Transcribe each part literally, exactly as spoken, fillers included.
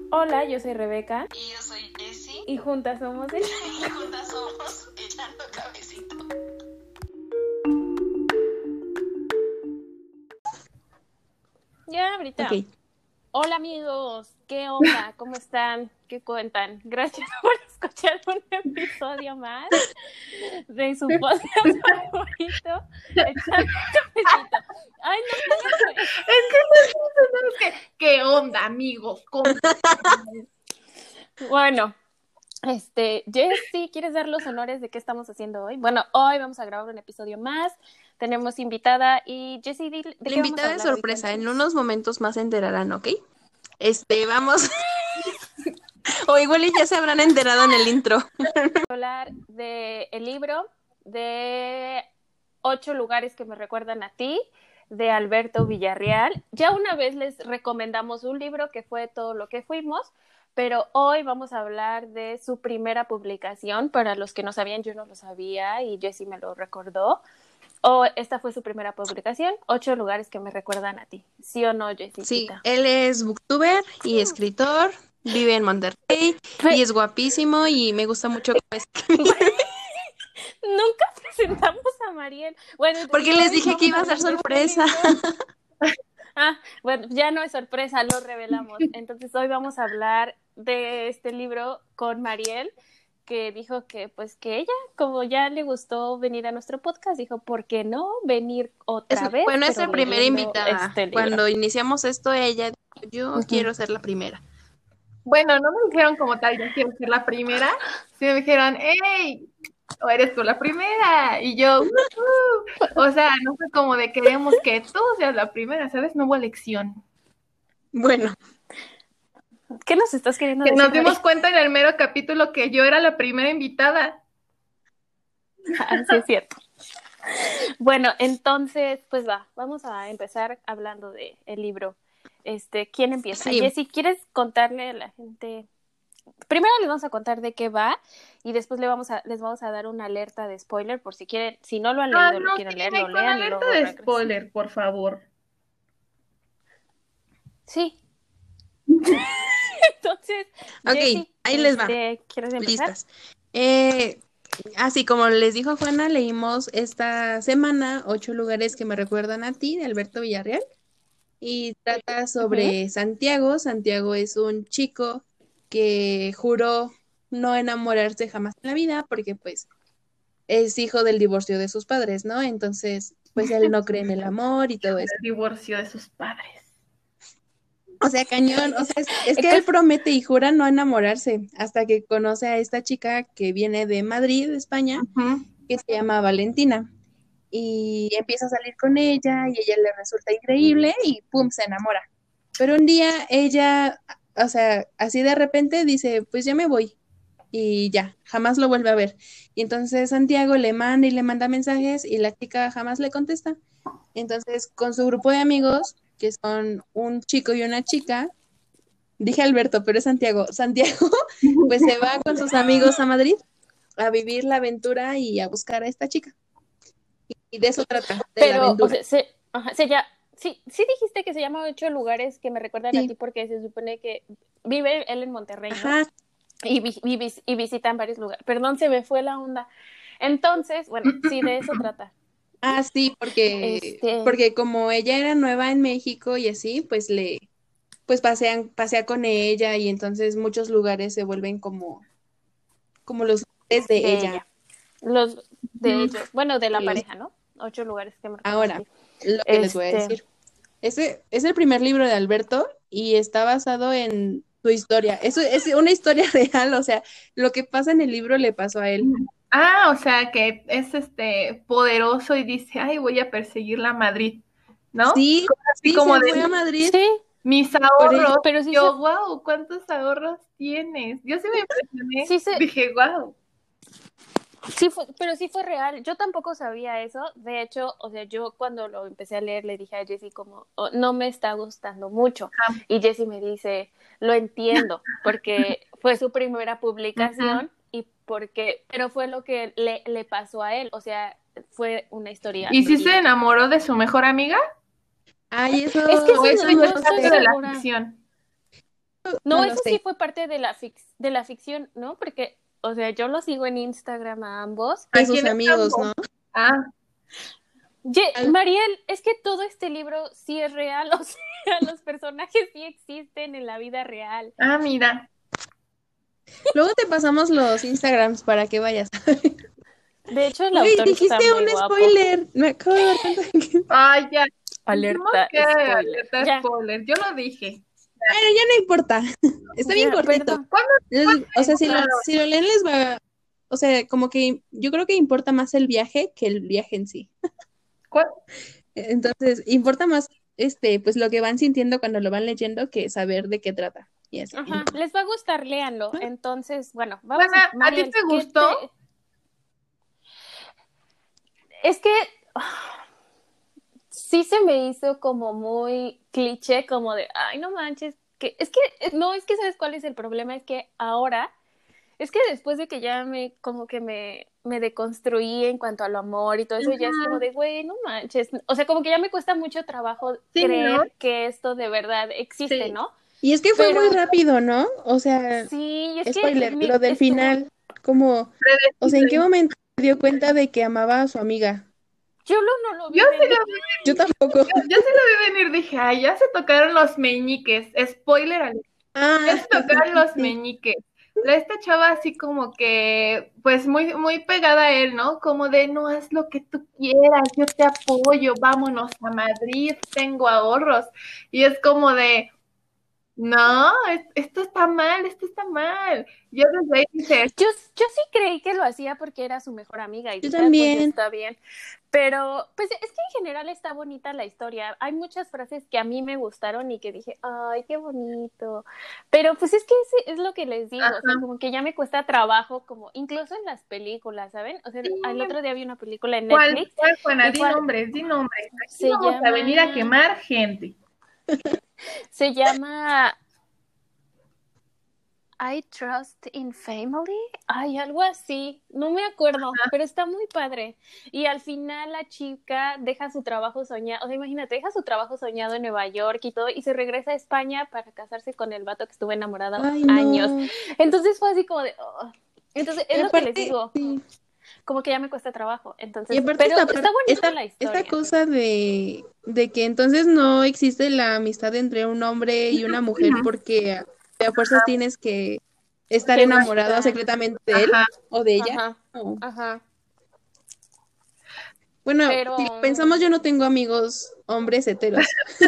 Hola, yo soy Rebeca. Y yo soy Jessie. Y juntas somos el... Y juntas somos Echando Cabecito. Ya, ahorita. Ok. Hola amigos, ¿qué onda? ¿Cómo están? ¿Qué cuentan? Gracias por escuchar un episodio más de su podcast favorito, Echando Cabecito. Ay, no, no, no. Es que no es que, ¿qué onda, amigos? ¿Cómo? Bueno, este, Jessie, ¿quieres dar los honores de qué estamos haciendo hoy? Bueno, hoy vamos a grabar un episodio más. Tenemos invitada y Jessie, ¿de qué La invitada vamos a es hablar sorpresa, hoy? en unos momentos más se enterarán, ¿ok? Este, vamos. O igual y ya se habrán enterado en el intro. Vamos a hablar del libro de Ocho lugares que me recuerdan a ti, de Alberto Villarreal. Ya una vez les recomendamos un libro que fue Todo lo que fuimos, pero hoy vamos a hablar de su primera publicación. Para los que no sabían, yo no lo sabía y Jessie me lo recordó. Oh, esta fue su primera publicación, Ocho lugares que me recuerdan a ti. ¿Sí o no, Jessie? Sí, él es booktuber y escritor, vive en Monterrey y es guapísimo y me gusta mucho cómo escribe. Nunca presentamos a Mariel. Bueno, Porque les dije que iba a ser sorpresa. Ah, bueno, ya no es sorpresa, lo revelamos. Entonces hoy vamos a hablar de este libro con Mariel, que dijo que pues que ella, como ya le gustó venir a nuestro podcast, dijo, ¿por qué no venir otra Es, vez? bueno, es la Pero primera leyendo invitada. este libro. Cuando iniciamos esto, ella dijo, yo Ujú. quiero ser la primera. Bueno, no me dijeron como tal, yo quiero ser la primera, sino me dijeron, ¡hey! O eres tú la primera. Y yo, uh-huh. O sea, no fue como de queremos que tú seas la primera, ¿sabes? No hubo elección. Bueno, ¿Qué nos estás queriendo Que decir, nos dimos Mariel? cuenta en el mero capítulo que yo era la primera invitada. Ah, sí, es cierto. Bueno, entonces, pues va, vamos a empezar hablando de el libro. Este, ¿quién empieza? Sí. Jessie, ¿quieres contarle a la gente? Primero les vamos a contar de qué va y después le vamos a, les vamos a dar una alerta de spoiler por si quieren, si no lo han leído, Ah, lo no, quieren sí, leer, dime, lo con lean y alerta luego de regresan. spoiler, por favor. Sí. Entonces, ok, Jessie, ahí les va. este, ¿quieres empezar? Listas. Eh, así como les dijo Juana, leímos esta semana Ocho lugares que me recuerdan a ti, de Alberto Villarreal. Y trata sobre Ujú. Santiago. Santiago es un chico que juró no enamorarse jamás en la vida porque pues es hijo del divorcio de sus padres, ¿no? Entonces, pues él no cree en el amor y todo eso. El divorcio de sus padres. O sea, cañón, o sea, es, es que Entonces- él promete y jura no enamorarse hasta que conoce a esta chica que viene de Madrid, España, Uh-huh. que se llama Valentina. Y empieza a salir con ella y ella le resulta increíble y pum, se enamora. Pero un día ella, o sea, así de repente dice, pues ya me voy y ya, jamás lo vuelve a ver. Y entonces Santiago le manda y le manda mensajes y la chica jamás le contesta. Entonces, con su grupo de amigos, que son un chico y una chica, dije Alberto, pero es Santiago, Santiago, pues se va con sus amigos a Madrid a vivir la aventura y a buscar a esta chica. Y de eso trata, de la Pero, o aventura. sea, se, ajá, se ya, sí, sí dijiste que se llama Ocho lugares que me recuerdan a Sí. ti porque se supone que vive él en Monterrey, ¿no? Ajá, Y, vi- y, vis- y visitan varios lugares. Perdón, se me fue la onda. Entonces, bueno, sí, de eso trata. ah, sí, porque, Este- porque como ella era nueva en México y así, pues le, pues pasean, pasea con ella y entonces muchos lugares se vuelven como, como los lugares de, de ella. ella. Los de Ujú. ellos. Bueno, de la Los- pareja, ¿no? Ocho lugares que me recuerdan Ahora, a ti. lo que les voy a Este- decir. Ese es el primer libro de Alberto y está basado en su historia. Eso es una historia real, o sea, lo que pasa en el libro le pasó a él. Ah, o sea que es este poderoso y dice, ay, voy a perseguirla a Madrid, ¿no? Sí, Así sí, como se de fue a Madrid. Sí, mis Por ahorros. ello- pero sí Yo, se- wow, ¿cuántos ahorros tienes? Yo sí me impresioné. Sí se- Dije, wow. sí fue, pero sí fue real. Yo tampoco sabía eso. De hecho, o sea, yo cuando lo empecé a leer le dije a Jessie como, "Oh, no me está gustando mucho". Ah. Y Jessie me dice, lo entiendo, porque fue su primera publicación y porque, pero fue lo que le, le pasó a él. O sea, fue una historia. ¿Y si se verídica. enamoró de su mejor amiga? Ay, eso, Es que ¿O sí, eso no ya es estoy parte de la segura. ficción? No, no lo eso sé. sí fue parte de la fix, de la ficción, ¿no? Porque, o sea, yo lo sigo en Instagram a ambos. De ¿A sus quién amigos, estamos? ¿no? Ah, Ye- Al- Mariel, es que todo este libro sí es real, o sea, los personajes sí existen en la vida real. ah, mira. Luego te pasamos los Instagrams para que vayas. De hecho, el Güey, autor está dijiste muy un guapo. spoiler. Me acabo de dar cuenta de que... Ay, ya. Alerta, Dijimos que spoiler. alerta Ya, spoiler. Yo lo dije. Bueno, ya no importa. Está bien ya, cortito. perdón. ¿Cuándo? Les- O sea, si lo, Claro. si lo leen les va... O sea, como que yo creo que importa más el viaje que el viaje en sí. ¿Cuál? Entonces, importa más este, pues lo que van sintiendo cuando lo van leyendo que saber de qué trata. Y así. Ajá, les va a gustar, léanlo. Entonces, bueno, vamos Juana, a... ¿a ti Mariel, te ¿qué gustó? te- Es que ah, sí se me hizo como muy cliché, como de, ay, no manches, que es que, eh, no, es que ¿sabes cuál es el problema? Es que ahora, es que después de que ya me, como que me, me deconstruí en cuanto a lo amor y todo eso, ya es como Ujú. de, güey, no manches, o sea, como que ya me cuesta mucho trabajo Sí, ¿no? creer que esto de verdad existe, Sí. ¿no? Y es que fue Pero muy rápido, ¿no? O sea, sí, es que spoiler, mi- lo del estuvo, final, como, o sea, ¿en qué Predecible. momento se dio cuenta de que amaba a su amiga? yo lo, no lo vi Yo sí venir. lo vi, Yo tampoco. yo, yo sí lo vi venir, dije, ay, ya se tocaron los meñiques. Spoiler alert. Ah, Ya se tocaron los sí. meñiques. La- Esta chava así como que, pues muy, muy pegada a él, ¿no? Como de, no, haz lo que tú quieras, yo te apoyo, vámonos a Madrid, tengo ahorros. Y es como de, no, es- esto está mal, esto está mal. Yo desde ahí dije, Yo, yo sí creí que lo hacía porque era su mejor amiga y Yo dije, "Ah, pues ya también. está bien". Pero, pues es que en general está bonita la historia. Hay muchas frases que a mí me gustaron y que dije, ay, qué bonito. Pero pues es que es, es lo que les digo, o sea, ajá, como que ya me cuesta trabajo, como incluso en las películas, ¿saben? O sea, sí, el otro día vi una película en ¿cuál, Netflix, cuál, Juana? el Di cual nombres, di nombres. Aquí se vamos a venir a llama, quemar gente. se llama I Trust in Family, ay, algo así, no me acuerdo, pero está muy padre. Y al final la chica deja su trabajo soñado, o sea, imagínate, deja su trabajo soñado en Nueva York y todo, y se regresa a España para casarse con el vato que estuvo enamorado Ay, años. no. Entonces fue así como de, oh. Entonces es Y lo que les aparte, digo, sí. como que ya me cuesta trabajo. Y Entonces, aparte pero esta, está par- bonita esta, la esta historia. cosa de, de que entonces no existe la amistad entre un hombre y una mujer porque a fuerzas tienes que estar Que enamorado gustar. secretamente de él Ajá, o de ella. Ajá, No. ajá. Bueno, Pero si lo pensamos, yo no tengo amigos hombres heteros.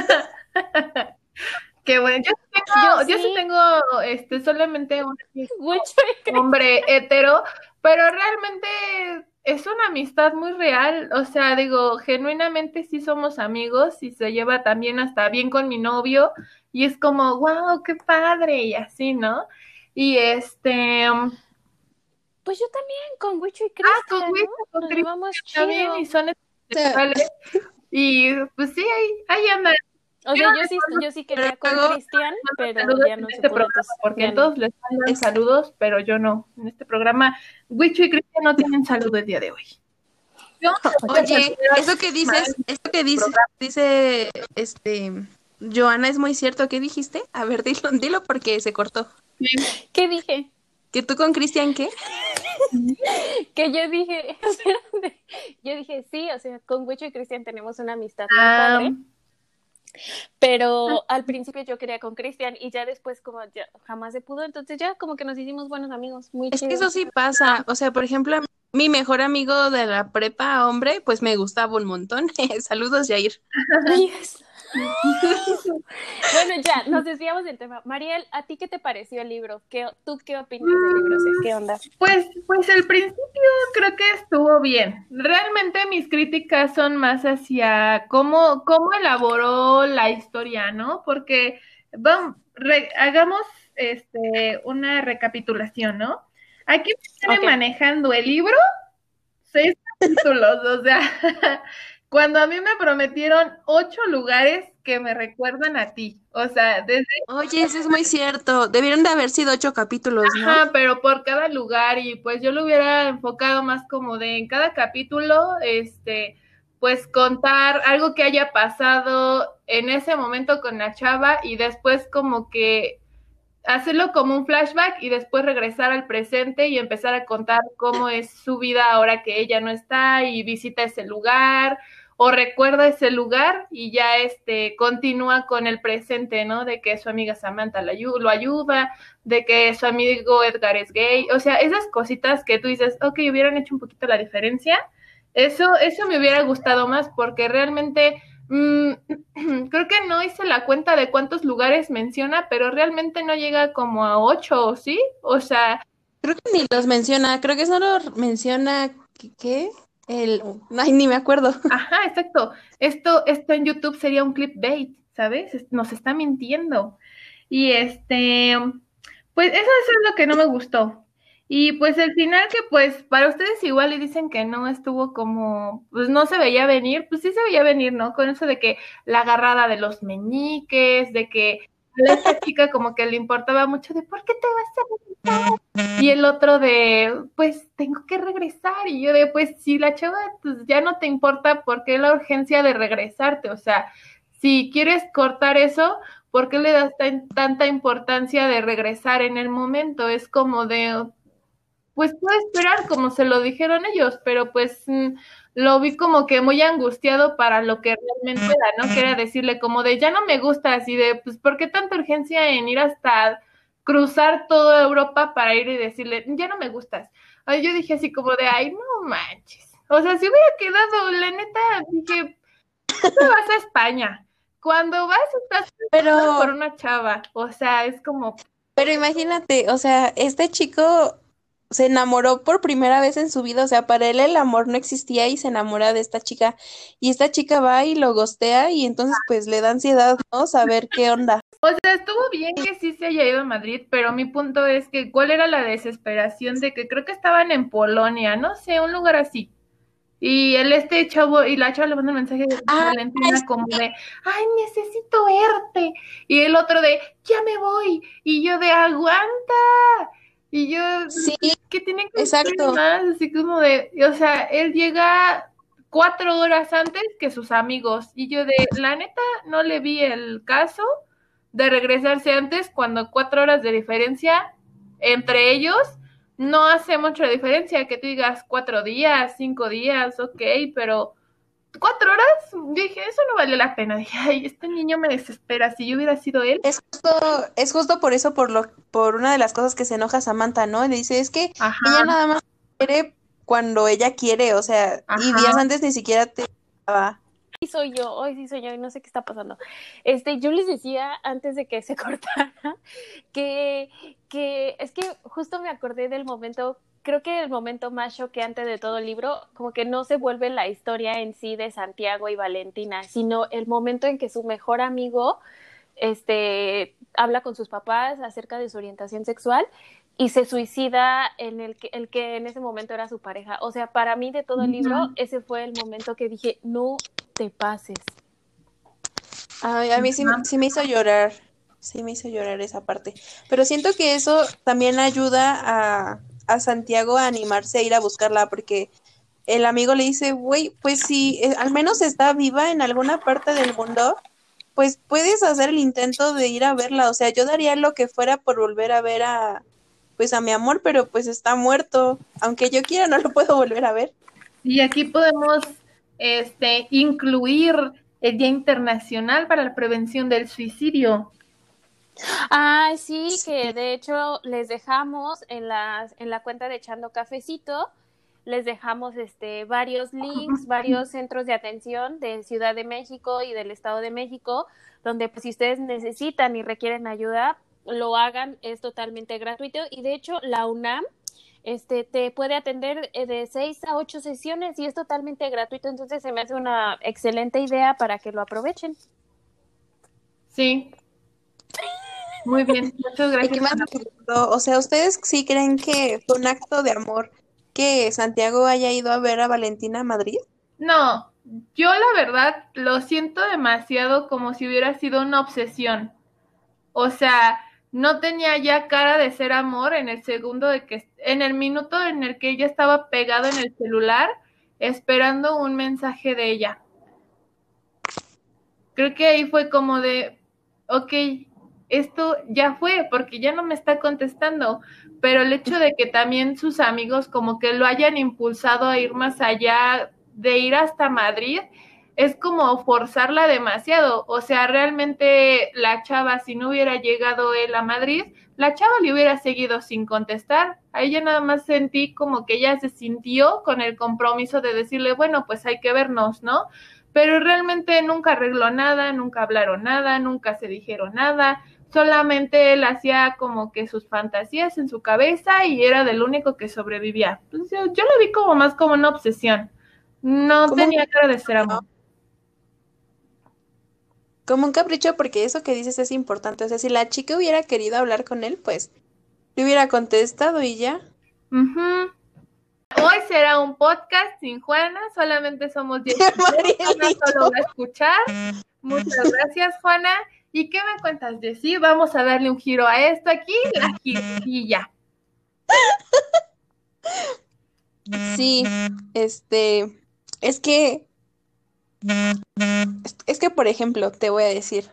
qué bueno. Yo sí yo tengo, yo sí sí, tengo este, solamente un mucho. hombre hetero, pero realmente es una amistad muy real. O sea, digo, genuinamente sí somos amigos y se lleva también hasta bien con mi novio y es como, wow, qué padre y así, ¿no? Y este, um, Pues yo también con Wicho y ah, Cristian, con ¿no? Wicho, con Nos Cristian llevamos también chido. y son O sea, heterosexuales y pues sí, ahí, ahí andan. O Yo sea, no yo sí, recuerdo yo sí quería con luego, Cristian, mando pero saludos ya en no se este pudo, programa, entonces porque ya en no. todos les mandan es- saludos, pero yo no. En este programa, Wicho y Cristian no tienen salud el día de hoy. Yo Oye, eso que dices, eso que dice, dice, este, Joana es muy cierto. ¿Qué dijiste? A ver, dilo, dilo porque se cortó. ¿Qué dije? ¿Que tú con Cristian qué? Que yo dije, espérate, yo dije sí, o sea, con Wicho y Cristian tenemos una amistad muy Ah, padre, pero al principio yo quería con Cristian y ya después como ya jamás se pudo, entonces ya como que nos hicimos buenos amigos, muy Es que chido. eso sí pasa. O sea, por ejemplo, a mí, mi mejor amigo de la prepa, hombre, pues me gustaba un montón. Saludos, Jair. Yes. Bueno, ya, nos desviamos del tema. Mariel, ¿a ti qué te pareció el libro? ¿Qué, ¿Tú qué opinas del libro? O sea, ¿qué onda? Pues, pues al principio creo que estuvo bien. Realmente mis críticas son más hacia cómo, cómo elaboró la historia, ¿no? Porque vamos, re- hagamos este una recapitulación, ¿no? Aquí viene Ok. manejando el libro seis capítulos, o sea, cuando a mí me prometieron ocho lugares que me recuerdan a ti, o sea, desde, Oye, eso es muy cierto. Debieron de haber sido ocho capítulos, ¿no? ajá, pero por cada lugar y pues yo lo hubiera enfocado más como de en cada capítulo, este, pues contar algo que haya pasado en ese momento con la chava y después como que hacerlo como un flashback y después regresar al presente y empezar a contar cómo es su vida ahora que ella no está y visita ese lugar o recuerda ese lugar y ya este continúa con el presente, ¿no? De que su amiga Samantha lo, ayu- lo ayuda, de que su amigo Edgar es gay, o sea, esas cositas que tú dices, ok, hubieran hecho un poquito la diferencia, eso, eso me hubiera gustado más porque realmente mm, creo que no hice la cuenta de cuántos lugares menciona, pero realmente no llega como a ocho, ¿sí? O sea, Creo que ni los menciona, creo que solo menciona, ¿qué? ¿Qué? El, ay, ni me acuerdo. ajá, exacto. Esto, esto en YouTube sería un clickbait, ¿sabes? Es- Nos está mintiendo. Y este, pues eso, eso es lo que no me gustó. Y pues el final que pues para ustedes igual le dicen que no estuvo como, pues no se veía venir, pues sí se veía venir, ¿no? Con eso de que la agarrada de los meñiques, de que a esta chica como que le importaba mucho de ¿por qué te vas a regresar? Y el otro de, pues tengo que regresar. Y yo de, pues si la chava pues, ya no te importa, ¿por qué la urgencia de regresarte? O sea, si quieres cortar eso, ¿por qué le das tan- tanta importancia de regresar en el momento? Es como de, pues puedo esperar, como se lo dijeron ellos, pero pues mm, lo vi como que muy angustiado para lo que realmente era, ¿no? Que era decirle como de, ya no me gusta, así de, pues, ¿por qué tanta urgencia en ir hasta cruzar toda Europa para ir y decirle, ya no me gustas? Ay, yo dije así como de, ay, no manches. O sea, si hubiera quedado, la neta, dije, tú te vas a España. Cuando vas, estás preguntando por Pero, una chava. O sea, es como, pero imagínate, o sea, este chico se enamoró por primera vez en su vida, o sea, para él el amor no existía y se enamora de esta chica, y esta chica va y lo gostea y entonces pues le da ansiedad, ¿no? Saber qué onda. o sea, estuvo bien que sí se haya ido a Madrid, pero mi punto es que cuál era la desesperación de que creo que estaban en Polonia, no sé, un lugar así. Y él, este chavo, y la chava le manda un mensaje de Ah, Valentina como de, ay, necesito verte. Y el otro de, ya me voy. Y yo de, aguanta. Y yo, sí, ¿qué tienen que hacer exacto. más? Así como de, o sea, él llega cuatro horas antes que sus amigos. Y yo de, la neta, no le vi el caso de regresarse antes cuando cuatro horas de diferencia entre ellos no hace mucha diferencia que tú digas cuatro días, cinco días, ok, pero cuatro horas, dije, eso no vale la pena. Dije, ay, este niño me desespera. Si yo hubiera sido él, Es justo, es justo por eso, por lo, por una de las cosas que se enoja Samantha, ¿no? Y le dice, es que ella ajá, nada más quiere cuando ella quiere, o sea, y días ajá, antes ni siquiera te daba. Sí soy yo, hoy sí soy yo y no sé qué está pasando. Este, yo les decía antes de que se cortara que, que es que justo me acordé del momento, creo que el momento más choqueante de todo el libro, como que no se vuelve la historia en sí de Santiago y Valentina, sino el momento en que su mejor amigo este, habla con sus papás acerca de su orientación sexual y se suicida en el que, el que en ese momento era su pareja. O sea, para mí de todo el libro, ujú, ese fue el momento que dije, no te pases. Ay, a mí sí, sí me hizo llorar, sí me hizo llorar esa parte. Pero siento que eso también ayuda a, a Santiago a animarse a ir a buscarla, porque el amigo le dice, güey, pues si eh, al menos está viva en alguna parte del mundo, pues puedes hacer el intento de ir a verla. O sea, yo daría lo que fuera por volver a ver a, pues a mi amor, pero pues está muerto. Aunque yo quiera, no lo puedo volver a ver. y aquí podemos este, incluir el Día Internacional para la Prevención del Suicidio. Ah, sí, Sí. que de hecho les dejamos en las, en la cuenta de Echando Cafecito, les dejamos este varios links, varios centros de atención de Ciudad de México y del Estado de México, donde pues si ustedes necesitan y requieren ayuda, lo hagan, es totalmente gratuito y de hecho la UNAM este te puede atender eh, de seis a ocho sesiones y es totalmente gratuito, entonces se me hace una excelente idea para que lo aprovechen. Sí, muy bien. Muchas ¿Y gracias, qué más Ana. les gustó? O sea, ¿ustedes sí creen que fue un acto de amor que Santiago haya ido a ver a Valentina a Madrid? No, yo la verdad lo siento demasiado como si hubiera sido una obsesión. O sea, no tenía ya cara de ser amor en el segundo de que, en el minuto en el que ella estaba pegado en el celular esperando un mensaje de ella. Creo que ahí fue como de, ok, esto ya fue, porque ya no me está contestando, pero el hecho de que también sus amigos como que lo hayan impulsado a ir más allá, de ir hasta Madrid, es como forzarla demasiado. O sea, realmente la chava, si no hubiera llegado él a Madrid, la chava le hubiera seguido sin contestar. A ella nada más sentí como que ella se sintió con el compromiso de decirle, bueno, pues hay que vernos, ¿no? Pero realmente nunca arregló nada, nunca hablaron nada, nunca se dijeron nada, solamente él hacía como que sus fantasías en su cabeza y era del único que sobrevivía. Entonces yo, yo lo vi como más como una obsesión, no Como tenía un cara de ser amor. Como un capricho, porque eso que dices es importante. O sea, si la chica hubiera querido hablar con él, pues le hubiera contestado y ya. Uh-huh. Hoy será un podcast sin Juana, solamente somos diez. Juana solo va a escuchar. Muchas gracias, Juana. ¿Y qué me cuentas de sí? Vamos a darle un giro a esto aquí, la jiribilla. Sí, este, es que, es, es que, por ejemplo, te voy a decir,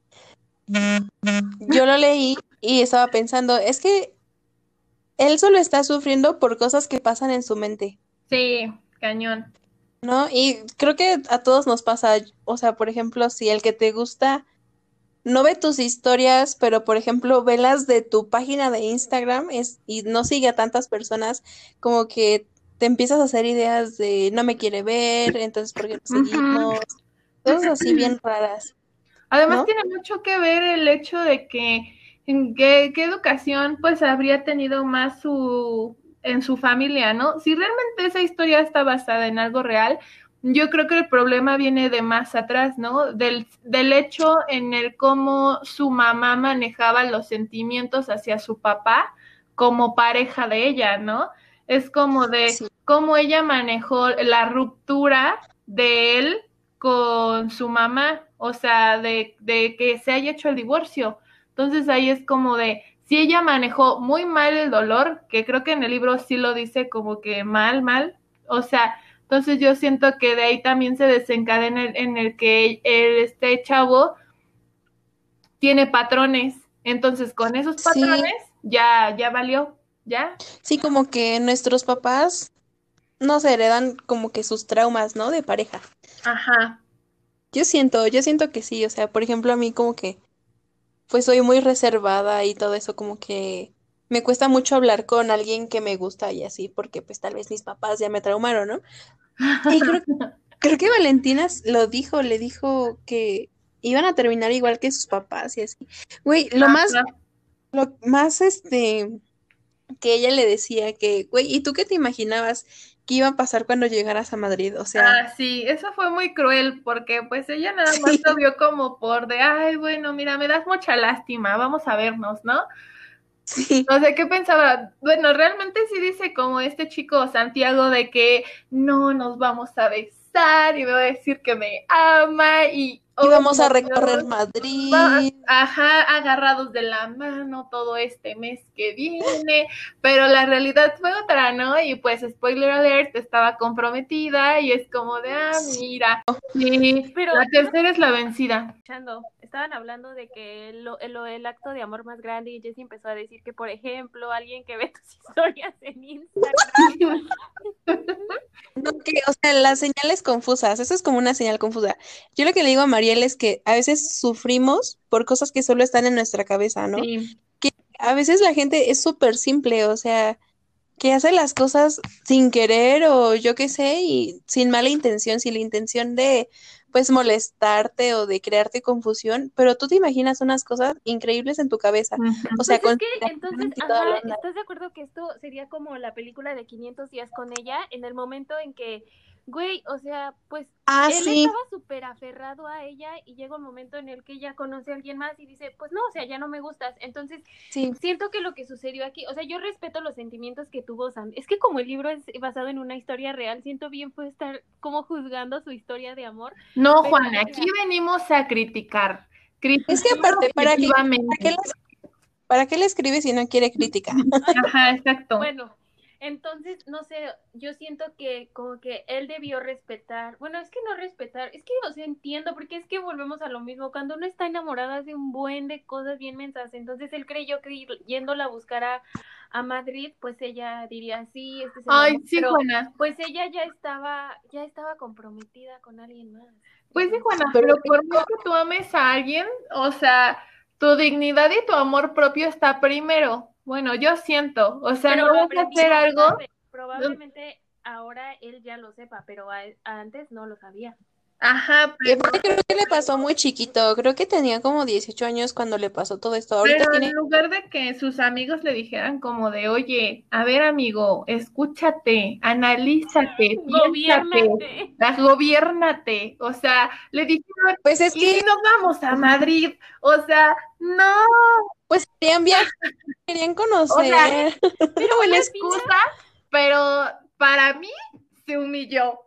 yo lo leí y estaba pensando, es que él solo está sufriendo por cosas que pasan en su mente, Sí, cañón. ¿no? Y creo que a todos nos pasa, o sea, por ejemplo, si el que te gusta no ve tus historias, pero por ejemplo, ve las de tu página de Instagram es, y no sigue a tantas personas, como que te empiezas a hacer ideas de no me quiere ver, entonces ¿por qué no seguimos? Uh-huh. Cosas así bien raras. Además ¿no? tiene mucho que ver el hecho de que en qué, qué educación pues habría tenido más su en su familia, ¿no? Si realmente esa historia está basada en algo real, yo creo que el problema viene de más atrás, ¿no? Del, del hecho en el cómo su mamá manejaba los sentimientos hacia su papá como pareja de ella, ¿no? Es como de Sí. cómo ella manejó la ruptura de él con su mamá, o sea, de, de que se haya hecho el divorcio. Entonces ahí es como de, si ella manejó muy mal el dolor, que creo que en el libro sí lo dice como que mal, mal, o sea, entonces yo siento que de ahí también se desencadena en, en el que el, este chavo tiene patrones, entonces con esos patrones Sí, ya, ya valió, ¿ya? sí, como que nuestros papás nos heredan como que sus traumas, ¿no? De pareja. Ajá. Yo siento, yo siento que sí, o sea, por ejemplo, a mí como que, pues soy muy reservada y todo eso, como que me cuesta mucho hablar con alguien que me gusta y así, porque pues tal vez mis papás ya me traumaron, ¿no? Y creo, creo que Valentina s- lo dijo, le dijo que iban a terminar igual que sus papás y así. Güey, lo más, Ajá. lo más, este, que ella le decía que, güey, ¿y tú qué te imaginabas que iba a pasar cuando llegaras a Madrid? O sea, Ah, sí, eso fue muy cruel porque pues ella nada más sí, lo vio como por de, ay, bueno, mira, me das mucha lástima, vamos a vernos, ¿no? sí, O sea, ¿qué pensaba? Bueno, realmente sí dice como este chico Santiago de que no nos vamos a besar y me va a decir que me ama y, oh, íbamos a recorrer Dios, va, Madrid. ajá, agarrados de la mano todo este mes que viene, pero la realidad fue otra, ¿no? Y pues, spoiler alert, estaba comprometida y es como de, ah, mira, sí, Pero la yo no tercera es la vencida. escuchando, estaban hablando de que lo, lo- el acto de amor más grande y Jessie empezó a decir que, por ejemplo, alguien que ve tus historias en Instagram. No, que, o sea, las señales confusas, eso es como una señal confusa. Yo lo que le digo a Mariel es que a veces sufrimos por cosas que solo están en nuestra cabeza, ¿no? Sí. Que a veces la gente es súper simple, o sea, que hace las cosas sin querer o yo qué sé, y sin mala intención, sin la intención de, pues, molestarte o de crearte confusión, pero tú te imaginas unas cosas increíbles en tu cabeza, o sea, Pues es que conspiraciones entonces, y toda la ajá, onda. ¿estás de acuerdo que esto sería como la película de quinientos días con ella? En el momento en que, güey, o sea, pues Ah, él estaba sí, súper aferrado a ella y llega un momento en el que ella conoce a alguien más y dice, pues no, o sea, ya no me gustas. Entonces, sí. siento que lo que sucedió aquí, o sea, yo respeto los sentimientos que tuvo Sam. Es que como el libro es basado en una historia real, siento bien pues estar como juzgando su historia de amor, No, pero, Juana, o aquí sea, venimos a criticar. Es que Criticar aparte, ¿para qué, para qué objetivamente. las- para qué le escribe si no quiere crítica? Ajá, exacto. bueno, Entonces, no sé, yo siento que como que él debió respetar, bueno, es que no respetar, es que o sea, entiendo, porque es que volvemos a lo mismo, cuando uno está enamorado hace un buen de cosas bien mensas, entonces él creyó que ir- yéndola a buscar a, a Madrid, pues ella diría, sí, este es el Ay, amor, sí, pero Juana. pues ella ya estaba, ya estaba comprometida con alguien más. Pues sí, Entonces, Juana, Pero pero por más que tú ames a alguien, o sea, tu dignidad y tu amor propio está primero. Bueno, yo siento, o sea, pero no lo vas a aprendí hacer más algo. tarde, probablemente ahora él ya lo sepa, pero a- antes no lo sabía. Ajá, y aparte creo que le pasó muy chiquito, creo que tenía como dieciocho años cuando le pasó todo esto. Ahorita pero en tiene, lugar de que sus amigos le dijeran como de, oye, a ver amigo, escúchate, analízate, piénsate, Gobiérnate. ah, gobiérnate, o sea, le dijeron, pues es ¿y si que, nos vamos a Madrid? O sea, no, pues querían viajar, querían o sea, conocer. Pero buena al final, excusa, pero para mí se humilló,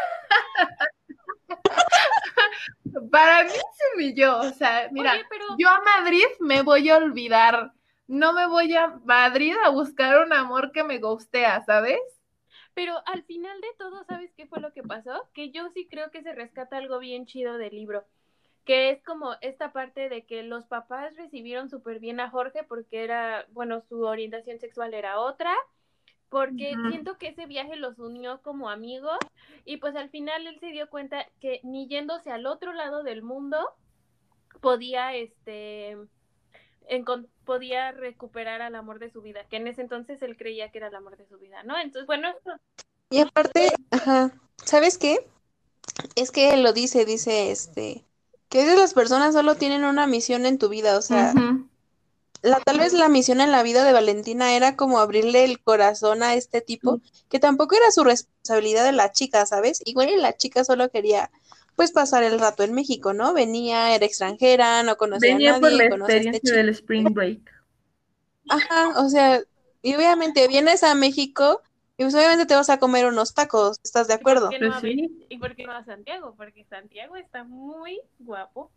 para mí se humilló, o sea, oye, mira, pero, yo a Madrid me voy a olvidar, no me voy a Madrid a buscar un amor que me gustea, ¿sabes? pero al final de todo, ¿sabes qué fue lo que pasó? Que yo sí creo que se rescata algo bien chido del libro, que es como esta parte de que los papás recibieron súper bien a Jorge porque era, bueno, su orientación sexual era otra, porque Ujú. siento que ese viaje los unió como amigos y pues al final él se dio cuenta que ni yéndose al otro lado del mundo podía, este, encon- podía recuperar al amor de su vida, que en ese entonces él creía que era el amor de su vida, ¿no? Entonces, bueno, Y aparte, ajá, ¿sabes qué? Es que él lo dice, dice, este, que a veces las personas solo tienen una misión en tu vida, o sea, Ujú. la, tal vez la misión en la vida de Valentina era como abrirle el corazón a este tipo, que tampoco era su responsabilidad de la chica, ¿sabes? Igual y la chica solo quería, pues, pasar el rato en México, ¿no? Venía, era extranjera, no conocía a Venía por nadie, la conoce a este experiencia chico. del Spring Break. Ajá, o sea, y obviamente vienes a México y pues obviamente te vas a comer unos tacos, ¿estás de ¿y por acuerdo? qué no Pues a, sí. ¿y por qué no a Santiago? Porque Santiago está muy guapo.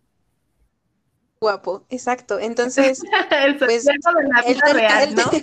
Guapo, exacto. Entonces, El pues, Santiago de la él vida tenía, real, él ¿no?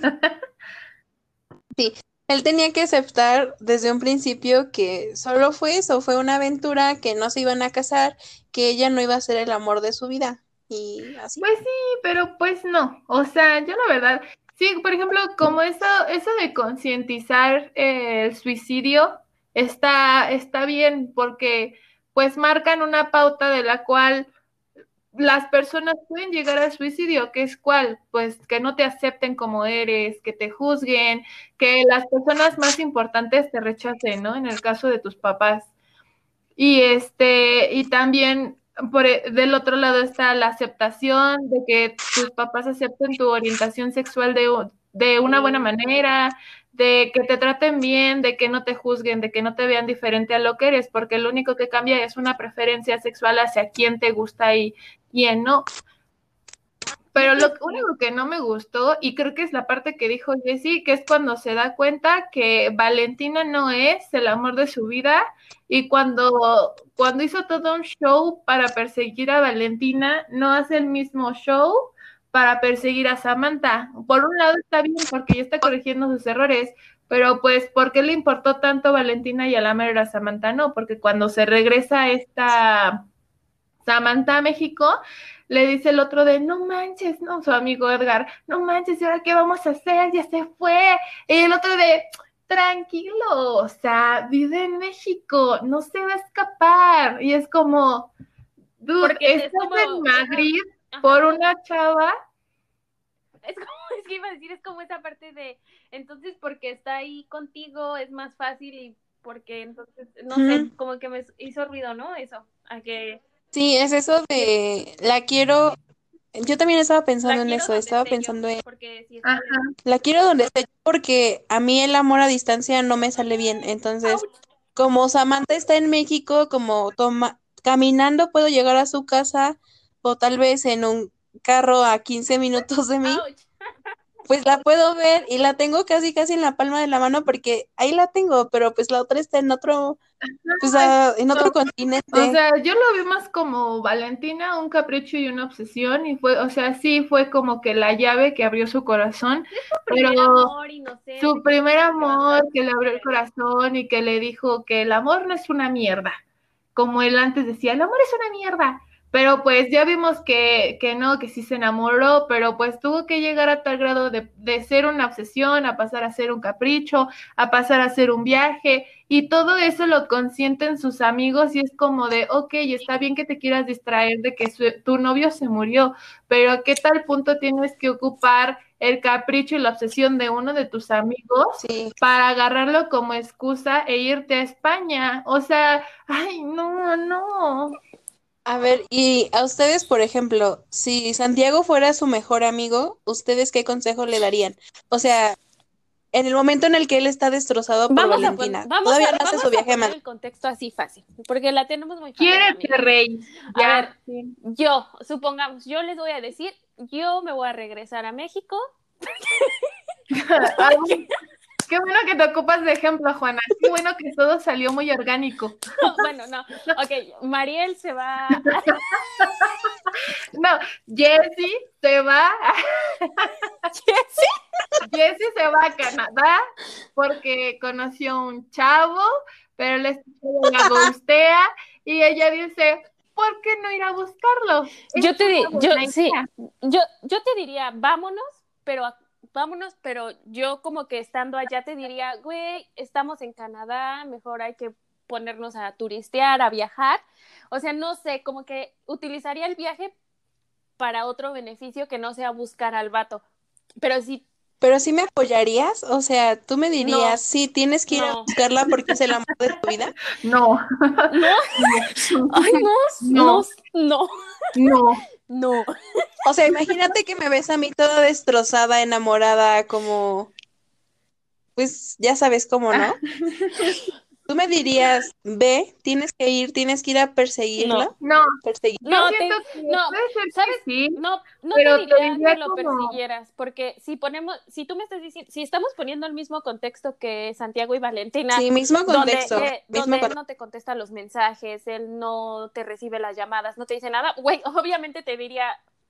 Sí, él tenía que aceptar desde un principio que solo fue eso, fue una aventura, que no se iban a casar, que ella no iba a ser el amor de su vida. Y así. Pues sí, pero pues no. O sea, yo la verdad, sí, por ejemplo, como eso, eso de concientizar eh, el suicidio está, está bien, porque pues marcan una pauta de la cual las personas pueden llegar al suicidio, que es cuál, pues que no te acepten como eres, que te juzguen, que las personas más importantes te rechacen, ¿no? En el caso de tus papás. Y este, y también por, e- del otro lado está la aceptación de que tus papás acepten tu orientación sexual de, u- de una buena manera, de que te traten bien, de que no te juzguen, de que no te vean diferente a lo que eres, porque lo único que cambia es una preferencia sexual hacia quién te gusta y quién no. Pero lo único que no me gustó, y creo que es la parte que dijo Jessie, que es cuando se da cuenta que Valentina no es el amor de su vida, y cuando, cuando hizo todo un show para perseguir a Valentina, no hace el mismo show para perseguir a Samantha. Por un lado está bien porque ya está corrigiendo sus errores, pero pues, ¿por qué le importó tanto a Valentina y a la mera Samantha? No, porque cuando se regresa esta Samantha a México, le dice el otro de, no manches, no, su amigo Edgar, no manches, ¿y ahora qué vamos a hacer? Ya se fue. Y el otro de, tranquilo, o sea, vive en México, no se va a escapar. Y es como, dude, Porque es estás como, en ajá, Madrid ajá, por una chava. es como, es que iba a decir, es como esa parte de, entonces porque está ahí contigo es más fácil y porque entonces, no sé, Ujú. como que me hizo ruido, ¿no? Eso, a que Sí, es eso de la quiero. Yo también estaba pensando la en quiero eso, donde estaba esté yo, pensando en porque si está Ajá, lejos. la quiero donde esté porque a mí el amor a distancia no me sale bien. Entonces, ¡Auch! como Samantha está en México, como toma caminando puedo llegar a su casa o tal vez en un carro a quince minutos de mí. ¡Auch! pues la puedo ver y la tengo casi casi en la palma de la mano porque ahí la tengo, pero pues la otra está en otro, pues ah, en otro O continente. sea, yo lo vi más como Valentina, un capricho y una obsesión, y fue, o sea, sí fue como que la llave que abrió su corazón, Primer pero amor, inocente, su primer que amor anda- que le abrió el corazón y que le dijo que el amor no es una mierda, como él antes decía, el amor es una mierda, pero pues ya vimos que, que no, que sí se enamoró, pero pues tuvo que llegar a tal grado de, de ser una obsesión, a pasar a ser un capricho, a pasar a ser un viaje, y todo eso lo consienten sus amigos y es como de, ok, está bien que te quieras distraer de que su, tu novio se murió, pero ¿a qué tal punto tienes que ocupar el capricho y la obsesión de uno de tus amigos Sí. para agarrarlo como excusa e irte a España? O sea, ay, no, no. A ver, y a ustedes, por ejemplo, si Santiago fuera su mejor amigo, ¿ustedes qué consejo le darían? O sea, en el momento en el que él está destrozado por Vamos a, pon- Valentina, vamos todavía a, no hace vamos su a viaje a poner Madrid. el contexto así fácil, porque la tenemos muy fácil, Quiérete, amiga. rey. A Ya. ver, yo, supongamos, yo les voy a decir, yo me voy a regresar a México. Ay, qué bueno que te ocupas de ejemplo, Juana. Qué bueno que todo salió muy orgánico. Bueno, no, ok, Mariel se va a... No, Jessie se va, Jessie se va a Canadá porque conoció un chavo, pero el chavo la gustea y ella dice, ¿por qué no ir a buscarlo? Yo Es te di, una yo buena sí, idea. yo, yo te diría, vámonos, pero a- vámonos, pero yo como que estando allá te diría, güey, estamos en Canadá, mejor hay que ponernos a turistear, a viajar. O sea, no sé, como que utilizaría el viaje para otro beneficio que no sea buscar al vato. Pero sí, Pero sí me apoyarías, o sea, tú me dirías, no, sí, tienes que ir a no, buscarla porque es el amor de tu vida. No, no, ay, no, no, no, no, no. no. O sea, imagínate que me ves a mí toda destrozada, enamorada, como, pues ya sabes cómo, ¿no? Tú me dirías, ve, tienes que ir, tienes que ir a perseguirla, No, perseguir. yo No, siento te, que no, puede ser ¿sabes? que sí, No, no te pero te diría diría que lo como, persiguieras, porque si ponemos, si tú me estás diciendo, si estamos poniendo el mismo contexto que Santiago y Valentina, Sí, mismo donde, contexto, eh, mismo donde él contexto. no te contesta los mensajes, él no te recibe las llamadas, no te dice nada, güey, obviamente te diría,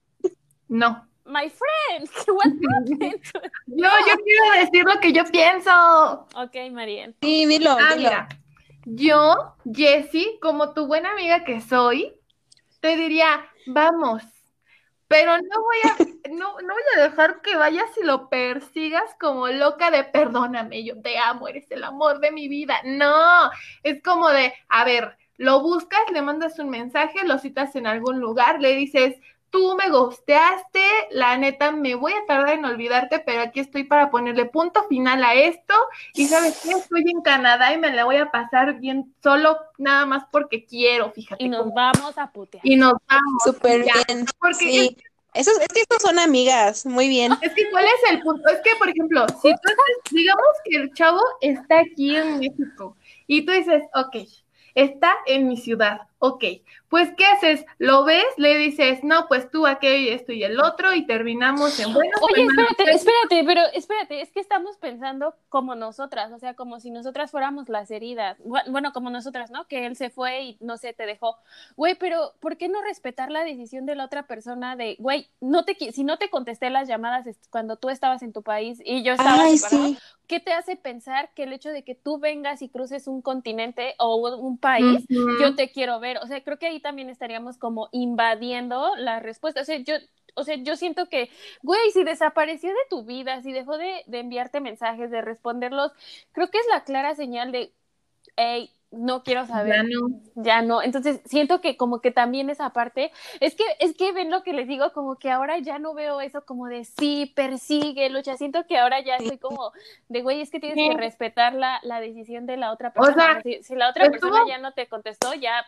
no. my friend, what happened? Yo, yo quiero decir lo que yo pienso. Ok, Mariel. Sí, dilo, Ah, dilo. mira, yo, Jessie, como tu buena amiga que soy, te diría, vamos, pero no voy a, no, no voy a dejar que vayas y lo persigas como loca de perdóname, yo te amo, eres el amor de mi vida. No, es como de, a ver, lo buscas, le mandas un mensaje, lo citas en algún lugar, le dices, tú me gusteaste, la neta me voy a tardar en olvidarte, pero aquí estoy para ponerle punto final a esto. Y sabes qué, estoy en Canadá y me la voy a pasar bien solo, nada más porque quiero, fíjate. Y nos cómo- vamos a putear. Y nos vamos. Súper ya. bien, Porque sí. Eso, es que estos son amigas, muy bien. es que, ¿cuál es el punto? Es que, por ejemplo, si tú estás, digamos que el chavo está aquí en México y tú dices, ok, está en mi ciudad, ok, pues, ¿qué haces? Lo ves, le dices, no, pues tú aquello y esto y el otro y terminamos en buenos. Oye, pues, malos espérate, espérate, pero espérate, es que estamos pensando como nosotras, o sea, como si nosotras fuéramos las heridas. Bu- Bueno, como nosotras, ¿no? Que él se fue y no sé, te dejó. Güey, pero ¿por qué no respetar la decisión de la otra persona de, güey, no te, qui- si no te contesté las llamadas est- cuando tú estabas en tu país y yo estaba Ay, separada, sí. ¿qué te hace pensar que el hecho de que tú vengas y cruces un continente o un un país, Ujú. yo te quiero ver? O sea, creo que ahí también estaríamos como invadiendo la respuesta. O sea, yo, o sea, yo siento que, güey, si desapareció de tu vida, si dejó de, de enviarte mensajes, de responderlos, creo que es la clara señal de, hey, no quiero saber, Ya no. ya no. Entonces siento que como que también esa parte, es que, es que ven lo que les digo, como que ahora ya no veo eso como de sí, persigue, lucha. Siento que ahora ya estoy como de, güey, es que tienes Sí. que respetar la, la decisión de la otra O persona. sea, O sea, si, si la otra estuvo- persona ya no te contestó, ya,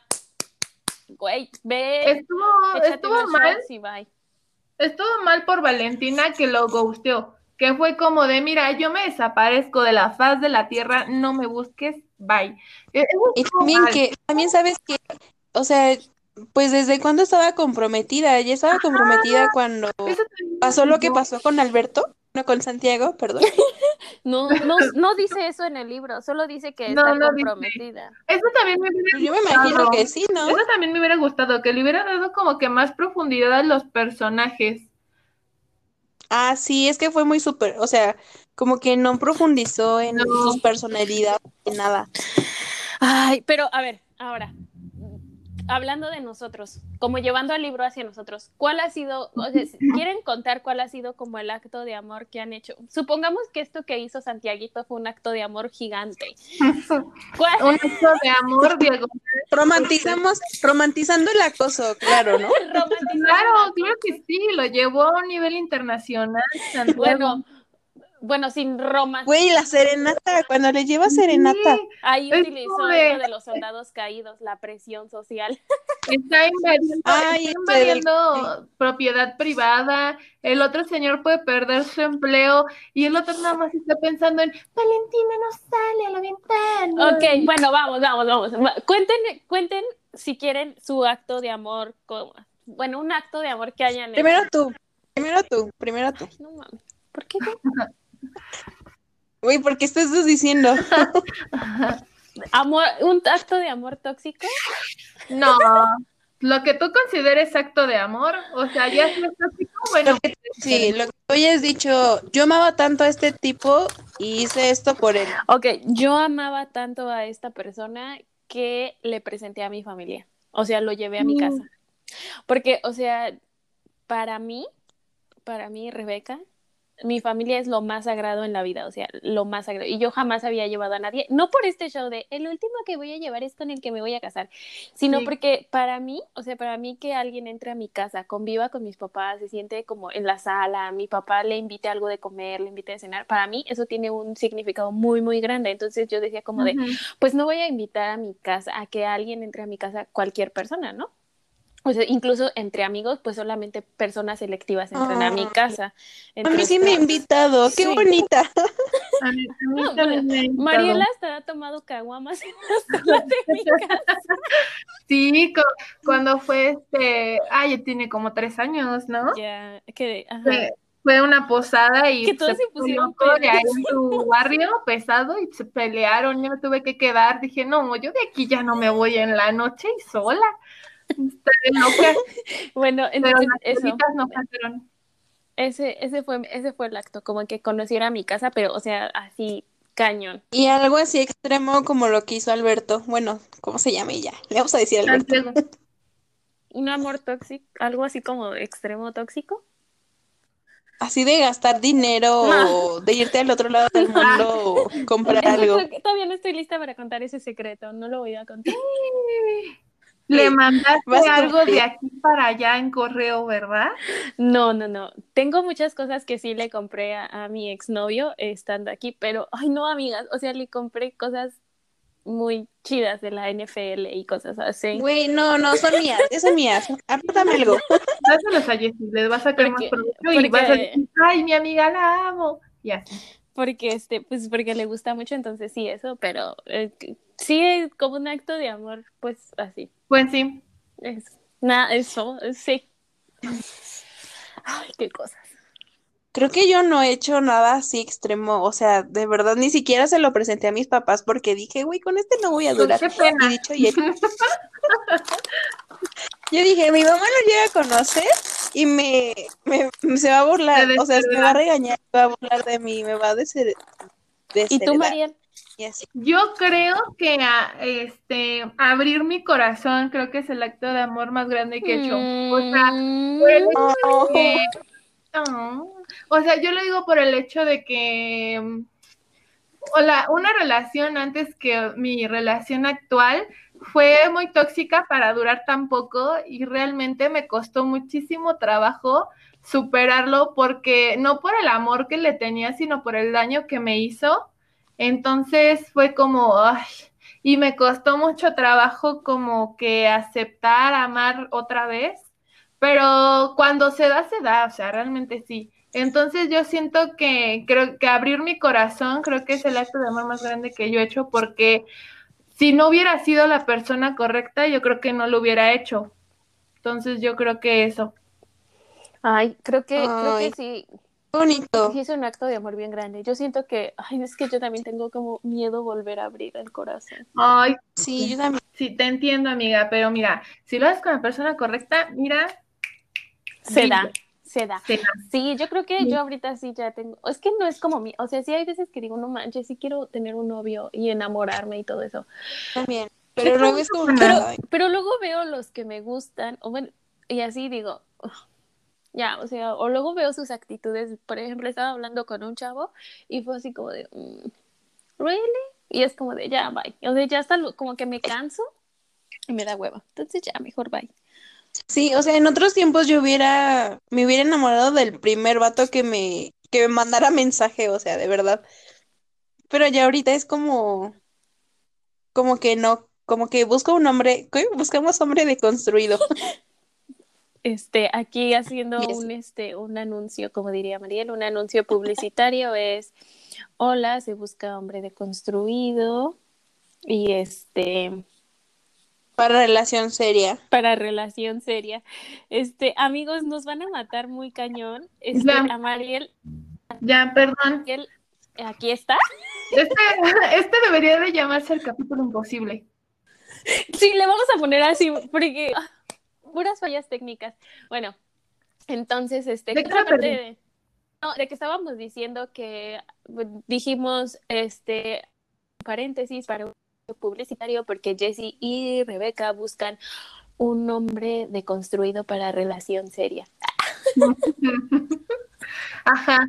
güey, ve, Estuvo, échate estuvo unos mal, shots y bye. estuvo mal por Valentina que lo ghosteó, que fue como de, mira, yo me desaparezco de la faz de la tierra, no me busques, bye. Eh, eso Y estuvo también mal. que, también sabes que, o sea, pues desde cuándo estaba comprometida, ella estaba comprometida cuando Eso también pasó lo que yo- pasó con Alberto. No, con Santiago, perdón. No, no, no dice eso en el libro, solo dice que No, está no dice. comprometida. Eso también me hubiera Yo me imagino gustado. que sí, ¿no? Eso también me hubiera gustado, que le hubiera dado como que más profundidad a los personajes. Ah, sí, es que fue muy súper, o sea, como que no profundizó en No. sus personalidades ni nada. Ay, pero a ver, ahora, hablando de nosotros, como llevando al libro hacia nosotros, ¿cuál ha sido, o sea, quieren contar cuál ha sido como el acto de amor que han hecho? Supongamos que esto que hizo Santiaguito fue un acto de amor gigante. ¿Cuál? Un acto de amor, Diego. Romantizamos, romantizando el acoso, claro, ¿no? Romantizando Claro, la claro cosa. que sí, lo llevó a un nivel internacional, Santiago. Bueno, bueno, sin romantizar. Güey, la serenata, cuando le lleva serenata. Sí, Ahí es utilizó como de- lo de los soldados caídos, la presión social. está invadiendo, Ay, está ese del- invadiendo propiedad privada, el otro señor puede perder su empleo y el otro nada más está pensando en Valentina no sale a la ventana. Ok, bueno, vamos, vamos, vamos. Va- Cuenten, cuenten si quieren su acto de amor, como- bueno, un acto de amor que hayan hecho. Primero tú, primero tú, primero tú. Ay, no mames, ¿por qué yo? Güey, ¿por qué estás diciendo? Amor, un acto de amor tóxico. No, lo que tú consideres acto de amor, o sea, ya si es tóxico, bueno, Lo que- sí, lo que tú hayas dicho, yo amaba tanto a este tipo y hice esto por él. Ok, yo amaba tanto a esta persona que le presenté a mi familia. O sea, lo llevé a mi casa. Porque, o sea, para mí, para mí, Rebeca, mi familia es lo más sagrado en la vida, o sea, lo más sagrado. Y yo jamás había llevado a nadie, no por este show de el último que voy a llevar es con el que me voy a casar, sino Sí. porque para mí, o sea, para mí que alguien entre a mi casa, conviva con mis papás, se siente como en la sala, mi papá le invite algo de comer, le invite a cenar, para mí eso tiene un significado muy, muy grande. Entonces yo decía como de, Ujú. pues no voy a invitar a mi casa, a que alguien entre a mi casa, cualquier persona, ¿no? O sea, incluso entre amigos, pues solamente personas selectivas entran a mi Ah, casa. a mí Entonces, sí me ha invitado, qué sí. bonita. A mí, a mí No, también bueno, me ha invitado. Mariela hasta ha tomado caguamas en la sala de mi casa. Sí, cu- cuando fue este, ah, ya tiene como tres años, ¿no? Ya, que, ajá. Fue, fue una posada y Que todos se puso pusieron loco de pedos. ahí en su barrio pesado y se pelearon, yo me tuve que quedar, dije, no, yo de aquí ya no me voy en la noche y sola. Estaré loca, Bueno, pero entonces las eso, chelitas no faltaron. ese, ese fue, ese fue el acto, como que conociera mi casa, pero, o sea, así, cañón. Y algo así extremo como lo que hizo Alberto. Bueno, ¿cómo se llama ella? Le vamos a decir Alberto. Santiago. Un amor tóxico, algo así como extremo tóxico. Así de gastar dinero No. o de irte al otro lado del mundo o comprar Eso algo. creo que todavía no estoy lista para contar ese secreto, no lo voy a contar. Le Sí, mandaste vas a algo de sufrir. aquí para allá en correo, ¿verdad? No, no, no. Tengo muchas cosas que sí le compré a, a mi exnovio estando aquí, pero, ay, no, amigas, o sea, le compré cosas muy chidas de la N F L y cosas así. Güey, no, no, son mías, ya son mías. Apártame algo. Dáselos a Jessie, les va a sacar más Porque, provecho y vas a porque, decir, ay, mi amiga la amo. Y así. porque, este, pues porque le gusta mucho, entonces sí, eso, pero eh, sí, es como un acto de amor, pues así. Pues sí. Es, nada, eso, sí. Ay, qué cosas. Creo que yo no he hecho nada así extremo, o sea, de verdad ni siquiera se lo presenté a mis papás porque dije, güey, con este no voy a Pues durar. qué pena. Y dicho y hecho. Yo dije, mi mamá lo llega a conocer y me, me- me- se va a burlar, Te o sea, me desheredar. va a regañar, se va a burlar de mí, me va a desher- ¿Y tú, desheredar. Mariel? Y así. Yo creo que a- este abrir mi corazón creo que es el acto de amor más grande que he hecho. O sea, por el hecho Oh, de que, oh, o sea, yo lo digo por el hecho de que mm, hola, una relación antes que mi relación actual fue muy tóxica para durar tan poco y realmente me costó muchísimo trabajo superarlo porque no por el amor que le tenía, sino por el daño que me hizo. Entonces fue como, ay, y me costó mucho trabajo como que aceptar, amar otra vez, pero cuando se da, se da, o sea, realmente sí. Entonces yo siento que creo que abrir mi corazón creo que es el acto de amor más grande que yo he hecho porque si no hubiera sido la persona correcta, yo creo que no lo hubiera hecho. Entonces yo creo que eso. Ay, creo que, creo que ay, sí. bonito. Sí, es un acto de amor bien grande. Yo siento que, ay, es que yo también tengo como miedo volver a abrir el corazón. Ay, Sí, yo también. sí, te entiendo, amiga, pero mira, si lo haces con la persona correcta, mira, Se brillo, da, se da. se da. Sí, yo creo que Sí. yo ahorita sí ya tengo, es que no es como mi, o sea, sí hay veces que digo, no manches, sí quiero tener un novio y enamorarme y todo eso. También. Es Pero que luego no es como pasa que, Pero, nada. ay, pero luego veo los que me gustan, o bueno, y así digo, "Ugh, ya, o sea, o luego veo sus actitudes, por ejemplo, estaba hablando con un chavo y fue así como de, "Mm, ¿really?" Y es como de, ya, bye. O sea, ya hasta lo- como que me canso y me da hueva. Entonces ya, mejor bye. sí, o sea, en otros tiempos yo hubiera, me hubiera enamorado del primer vato que me, que me mandara mensaje, o sea, de verdad. Pero ya ahorita es como, como que no, como que busco un hombre, ¿qué? Buscamos hombre deconstruido. Este, aquí Y haciendo un, así. este, un anuncio, como diría Mariel, un anuncio publicitario es, hola, se busca hombre deconstruido y este, Para relación seria. para relación seria. Este, amigos, nos van a matar muy cañón. Este, Ya, a Mariel, ya, perdón. Mariel, aquí está. Este, este debería de llamarse el capítulo imposible. Sí, le vamos a poner así, porque ah, puras fallas técnicas. Bueno, entonces, este, ¿De ¿qué qué otra me parte perdí? de, no, de que estábamos diciendo que bueno, dijimos, este, paréntesis para un publicitario porque Jessie y Rebeca buscan un nombre deconstruido para relación seria. Ajá,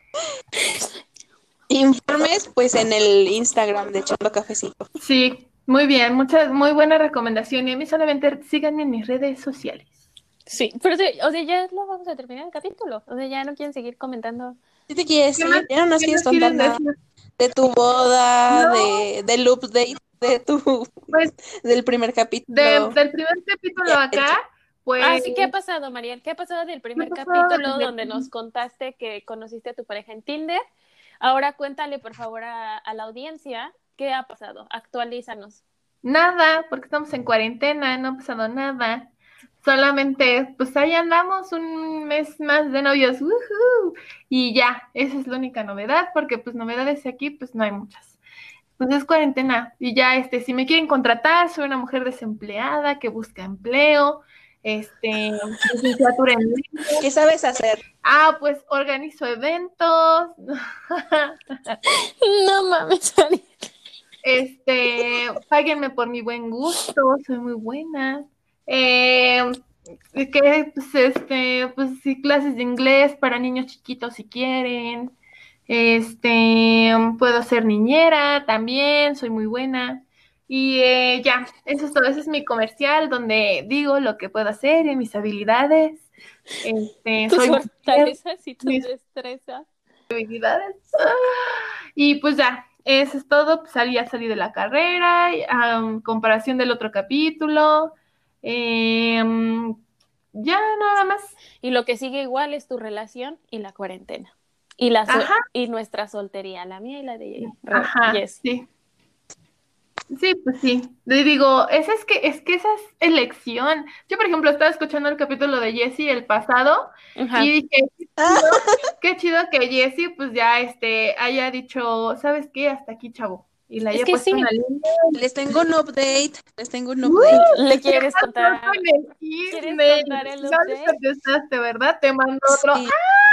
Informes, pues en el Instagram de Echando Cafecito. sí, muy bien, muchas, muy buena recomendación. Y a mí solamente síganme en mis redes sociales. Sí, pero sí, o sea, ya lo vamos a terminar el capítulo. O sea, ya no quieren seguir comentando. ¿Sí te quieres ¿Qué más, ir? Ya no nos qué quieres más contar quieren nada decir? de tu boda, No, de, del update, de tu, pues del primer de- capítulo. del primer capítulo Ya acá, hecho. Ah, pues, sí, ¿qué ha pasado, Mariel? ¿Qué ha pasado del ¿qué primer pasó? capítulo Desde- donde nos contaste que conociste a tu pareja en Tinder? Ahora cuéntale, por favor, a, a la audiencia qué ha pasado. Actualízanos. Nada, porque estamos en cuarentena, no ha pasado nada. Solamente, pues ahí andamos un mes más de novios, ¡woohoo! Y ya, esa es la única novedad, porque pues novedades aquí, pues no hay muchas. Pues es cuarentena y ya, este, si me quieren contratar, soy una mujer desempleada que busca empleo, este, licenciatura en lengua. ¿Qué sabes hacer? Ah, pues organizo eventos, No mames, Mariel. este, páguenme por mi buen gusto, soy muy buena. Eh, que, pues, este, pues sí, clases de inglés para niños chiquitos si quieren. Este, puedo ser niñera también, soy muy buena. Y eh, ya, eso es todo. Ese es mi comercial donde digo lo que puedo hacer y mis habilidades. Este, Tus soy mujer, fortalezas y tus mis destrezas. habilidades. Y pues ya, eso es todo. Pues salí, ya salí de la carrera, y, am, comparación del otro capítulo. Em, ya nada más. Y lo que sigue igual es tu relación y la cuarentena. Y, la so- Ajá, y nuestra soltería, la mía y la de Re- ajá, Jess. sí. Sí, pues sí. Le digo, esa es que, es que esa es elección. Yo, por ejemplo, estaba escuchando el capítulo de Jessie el pasado Ajá. y dije, qué chido, qué chido que Jessie pues ya este haya dicho, ¿sabes qué? Hasta aquí, chavo. Y le Es haya que puesto una sí, línea. Les tengo un update, les tengo un ¡Uh! update. le ¿Qué quieres pasó con contar, el ¿quieres chisme? contar el No le update? contestaste, ¿verdad? Te mando otro. ¡Ah! Sí.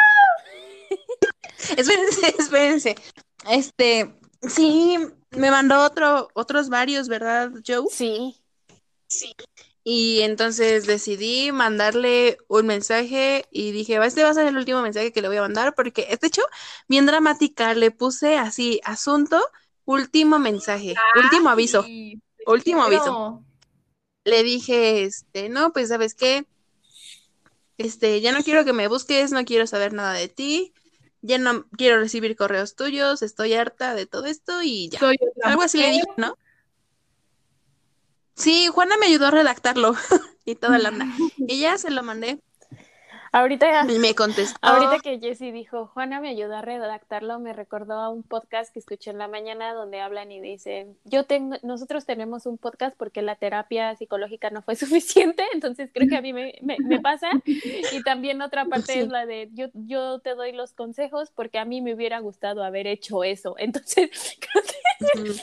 Espérense, espérense. Este, sí, me mandó otro, otros varios, ¿verdad, Joe? Sí. Y entonces decidí mandarle un mensaje y dije, este va a ser el último mensaje que le voy a mandar porque, de hecho, bien dramática, le puse así, asunto, último mensaje, último aviso, Ay, te último aviso. quiero. Le dije, este, no, pues, ¿sabes qué? Este, ya no quiero que me busques, no quiero saber nada de ti, ya no quiero recibir correos tuyos, estoy harta de todo esto y ya. Soy otra Algo así le dije, mujer. ¿no? Sí, Juana me ayudó a redactarlo y toda la onda. Y ya se lo mandé. Ahorita, Y me contestó. ahorita que Jessie dijo, Juana me ayudó a redactarlo, me recordó a un podcast que escuché en la mañana donde hablan y dicen, yo tengo, nosotros tenemos un podcast porque la terapia psicológica no fue suficiente, entonces creo que a mí me, me, me pasa. Y también otra parte Sí. es la de, yo, yo te doy los consejos porque a mí me hubiera gustado haber hecho eso. Entonces, creo que Ujú.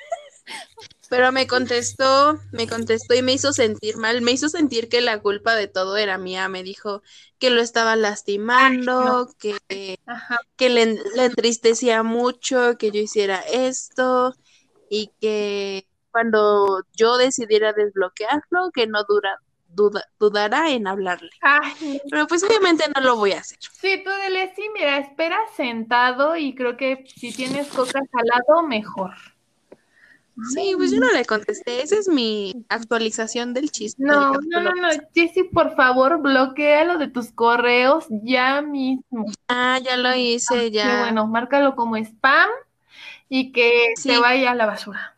Pero me contestó, me contestó y me hizo sentir mal, me hizo sentir que la culpa de todo era mía, me dijo que lo estaba lastimando, que, Ajá. que le, le entristecía mucho que yo hiciera esto y que cuando yo decidiera desbloquearlo, que no dura, duda, dudara en hablarle. Ay, Pero pues obviamente no lo voy a hacer. sí, tú dile, sí, mira, espera sentado y creo que si tienes coca al lado, mejor. Sí, pues yo no le contesté, esa es mi actualización del chiste del No, no, capítulo no, no, pasado. Jessy, por favor, bloquealo de tus correos ya mismo. Ah, ya lo hice, Qué ya. bueno, márcalo como spam y que se Sí. vaya a la basura.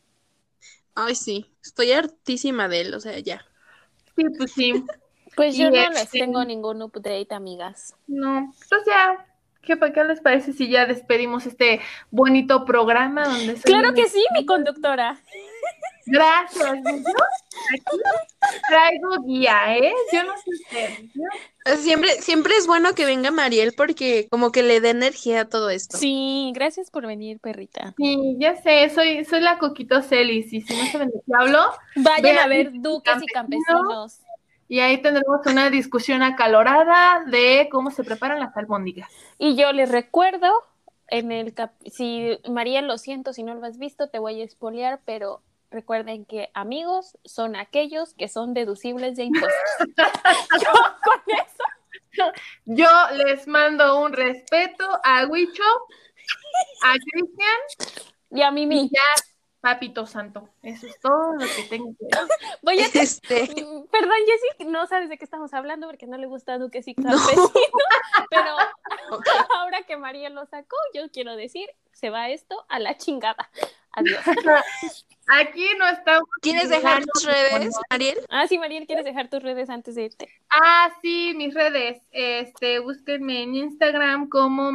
Ay, sí, estoy hartísima de él, o sea, ya. Sí, pues sí. pues yo Y no les este, tengo ningún update, amigas. no, pues ya, ¿qué, pa- qué les parece si ya despedimos este bonito programa donde soy Claro una- que sí, mi conductora. Gracias, ¿ves? Yo aquí traigo guía, ¿eh? Yo no sé ustedes, ¿no? O sea, Siempre, siempre es bueno que venga Mariel porque como que le dé energía a todo esto. Sí, gracias por venir, perrita. Sí, ya sé, soy, soy la Coquito Celis y si no saben de qué hablo, Vayan vean a ver Duques y Duques y Campesinos. y ahí tendremos una discusión acalorada de cómo se preparan las albóndigas. Y yo les recuerdo, en el cap si María, lo siento si no lo has visto, te voy a espolear, pero recuerden que amigos son aquellos que son deducibles de impuestos. Yo con eso. Yo les mando un respeto a Huicho, a Cristian Y a y Mimi. ya, papito santo. Eso es todo lo que tengo que decir. Voy a Este, Mm, Perdón, Jessy, no sabes de qué estamos hablando porque no le gusta Duques y Campesinos, pero ahora que María lo sacó, yo quiero decir, se va esto a la chingada. Adiós. Aquí no estamos. ¿quieres dejar tus redes, Mariel? Ah, sí, Mariel, ¿quieres dejar tus redes antes de irte? Ah, sí, mis redes. Este, búsquenme en Instagram como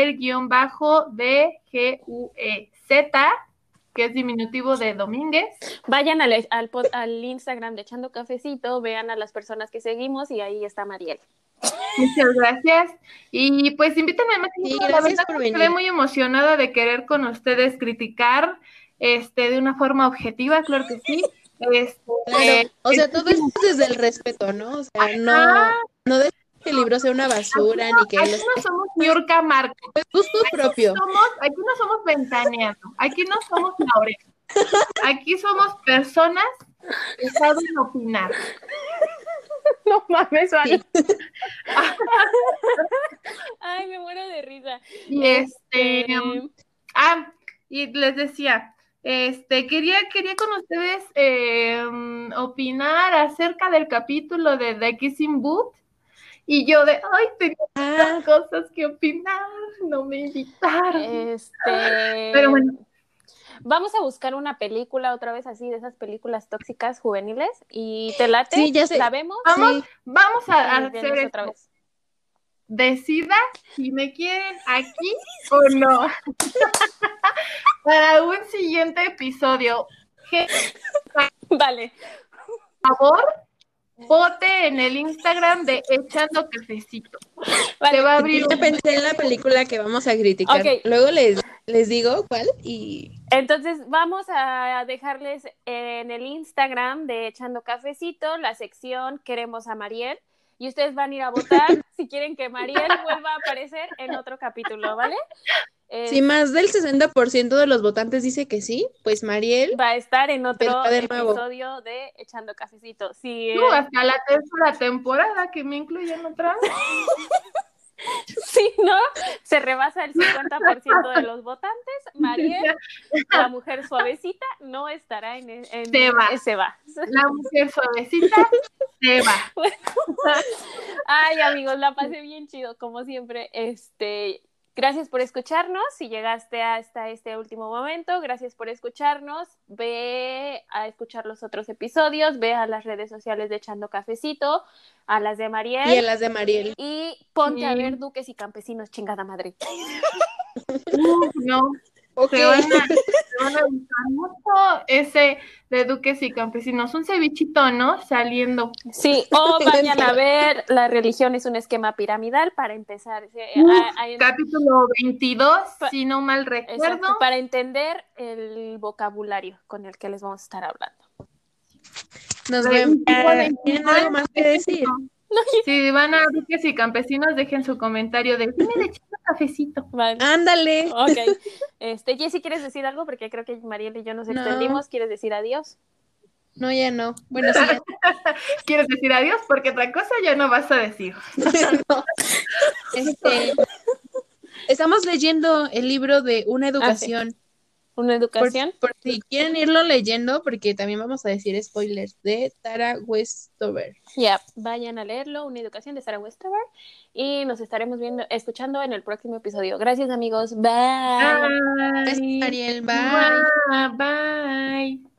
Mariel-D G U E Z, que es diminutivo de Domínguez. Vayan al, al, pod- al Instagram de Echando Cafecito, vean a las personas que seguimos y ahí está Mariel. Muchas gracias. Y pues invítenme más. Sí, La gracias verdad por me venir. quedé muy emocionada de querer con ustedes criticar este, de una forma objetiva, claro que sí. Este, Claro, eh, o sea, todo esto es desde el respeto, ¿no? O sea, no, no de que el libro sea una basura ni que aquí los no somos Niurka Marco, es gusto propio. somos, aquí no somos ventaneando, aquí no somos Laurel. Aquí somos personas que saben opinar. No mames, Sí. Ay, me muero de risa. Y este, Este, ah, y les decía, este, quería, quería con ustedes eh, opinar acerca del capítulo de The Kissing Booth. Y yo de, ay, tenía Ah, muchas cosas que opinar, no me invitaron. este, Pero bueno. Vamos a buscar una película otra vez así, de esas películas tóxicas juveniles, y te late, sí, ya sé. la vemos Vamos, Sí. vamos a, a y hacer vemos otra esto. vez. Decida si me quieren aquí o no. Para un siguiente episodio, que Vale. por favor vote en el Instagram de Echando Cafecito. Vale. Se va a abrir Yo ya un... pensé en la película que vamos a criticar. Ok. Luego les, les digo cuál y Entonces vamos a dejarles en el Instagram de Echando Cafecito la sección Queremos a Mariel y ustedes van a ir a votar si quieren que Mariel vuelva a aparecer en otro capítulo, ¿vale? Es- si más del sesenta por ciento de los votantes dice que sí, pues Mariel va a estar en otro vendrá de nuevo. episodio de Echando Cafecito. Si, No, eh, hasta la tercera temporada que me incluyen otra vez. si no, se rebasa el cincuenta por ciento de los votantes, Mariel, la mujer suavecita, no estará en... en Se va. Se va. La mujer suavecita se va. Ay, amigos, la pasé bien chido, como siempre. Este, Gracias por escucharnos. Si llegaste hasta este último momento, gracias por escucharnos. Ve a escuchar los otros episodios, ve a las redes sociales de Echando Cafecito, a las de Y a Mariel, las de Mariel. y ponte Sí. a ver Duques y Campesinos, chingada madre. Uf, no, Ok. te van a, te van a gustar mucho ese de Duques y Campesinos. Un cevichito, ¿no? Saliendo. Sí, o vayan a ver La religión es un esquema piramidal para empezar. Sí, Uf, a- a- capítulo veintidós, Pa- si no mal recuerdo. exacto, para entender el vocabulario con el que les vamos a estar hablando. Nos De vemos. veintinueve, ¿Tienen veintinueve, algo más que decir? Si van a Duques y Campesinos, dejen su comentario de dime de Echando Cafecito. Vale. Ándale. Ok. Este, Jessy, ¿quieres decir algo? Porque creo que Mariel y yo nos No. extendimos. ¿Quieres decir adiós? No, ya no. Bueno, sí, ya. ¿Quieres decir adiós? Porque otra cosa ya no vas a decir. No. Este, estamos leyendo el libro de Una educación. ¿Una Por, educación? por si quieren irlo leyendo, porque también vamos a decir spoilers de Tara Westover. Ya, vayan a leerlo, Una educación de Sarah Westover. Y nos estaremos viendo, escuchando en el próximo episodio. Gracias, amigos. Bye. Gracias, Bye. Mariel. Bye. Bye. Bye.